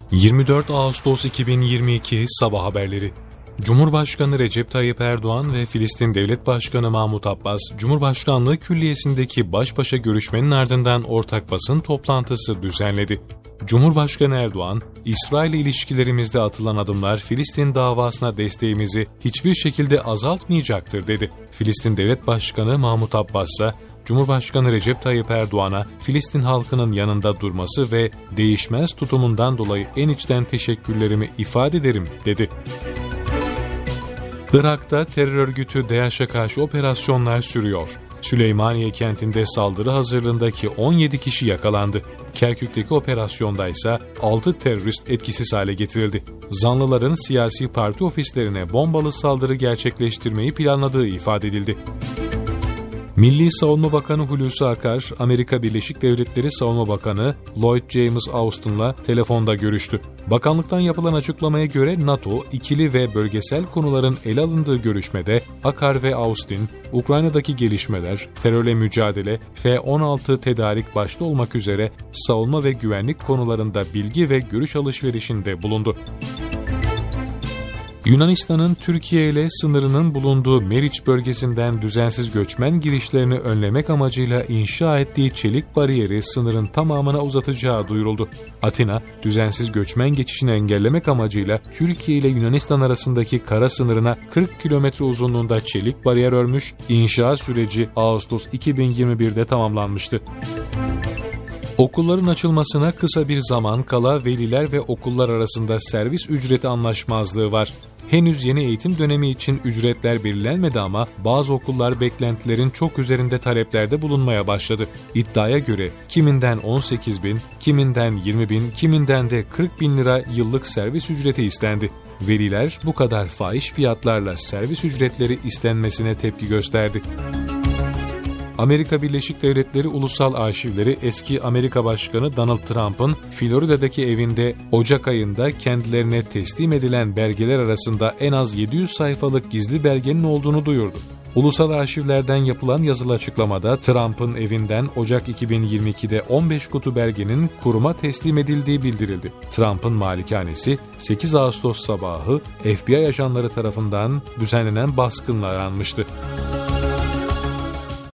24 Ağustos 2022 Sabah haberleri. Cumhurbaşkanı Recep Tayyip Erdoğan ve Filistin Devlet Başkanı Mahmut Abbas, Cumhurbaşkanlığı Külliyesi'ndeki baş başa görüşmenin ardından ortak basın toplantısı düzenledi. Cumhurbaşkanı Erdoğan, İsrail ilişkilerimizde atılan adımlar Filistin davasına desteğimizi hiçbir şekilde azaltmayacaktır dedi. Filistin Devlet Başkanı Mahmut Abbas ise, Cumhurbaşkanı Recep Tayyip Erdoğan'a Filistin halkının yanında durması ve değişmez tutumundan dolayı en içten teşekkürlerimi ifade ederim dedi. Irak'ta terör örgütü DAEŞ'e karşı operasyonlar sürüyor. Süleymaniye kentinde saldırı hazırlığındaki 17 kişi yakalandı. Kerkük'teki operasyonda ise 6 terörist etkisiz hale getirildi. Zanlıların siyasi parti ofislerine bombalı saldırı gerçekleştirmeyi planladığı ifade edildi. Milli Savunma Bakanı Hulusi Akar, Amerika Birleşik Devletleri Savunma Bakanı Lloyd James Austin'la telefonda görüştü. Bakanlıktan yapılan açıklamaya göre NATO, ikili ve bölgesel konuların ele alındığı görüşmede Akar ve Austin, Ukrayna'daki gelişmeler, terörle mücadele, F-16 tedarik başta olmak üzere savunma ve güvenlik konularında bilgi ve görüş alışverişinde bulundu. Yunanistan'ın Türkiye ile sınırının bulunduğu Meriç bölgesinden düzensiz göçmen girişlerini önlemek amacıyla inşa ettiği çelik bariyeri sınırın tamamına uzatacağı duyuruldu. Atina, düzensiz göçmen geçişini engellemek amacıyla Türkiye ile Yunanistan arasındaki kara sınırına 40 kilometre uzunluğunda çelik bariyer örmüş, inşaat süreci Ağustos 2021'de tamamlanmıştı. Okulların açılmasına kısa bir zaman kala veliler ve okullar arasında servis ücreti anlaşmazlığı var. Henüz yeni eğitim dönemi için ücretler belirlenmedi ama bazı okullar beklentilerin çok üzerinde taleplerde bulunmaya başladı. İddiaya göre kiminden 18.000, kiminden 20.000, kiminden de 40.000 lira yıllık servis ücreti istendi. Veliler bu kadar fahiş fiyatlarla servis ücretleri istenmesine tepki gösterdi. Amerika Birleşik Devletleri Ulusal Arşivleri eski Amerika Başkanı Donald Trump'ın Florida'daki evinde Ocak ayında kendilerine teslim edilen belgeler arasında en az 700 sayfalık gizli belgenin olduğunu duyurdu. Ulusal arşivlerden yapılan yazılı açıklamada Trump'ın evinden Ocak 2022'de 15 kutu belgenin kuruma teslim edildiği bildirildi. Trump'ın malikanesi 8 Ağustos sabahı FBI ajanları tarafından düzenlenen baskınla aranmıştı.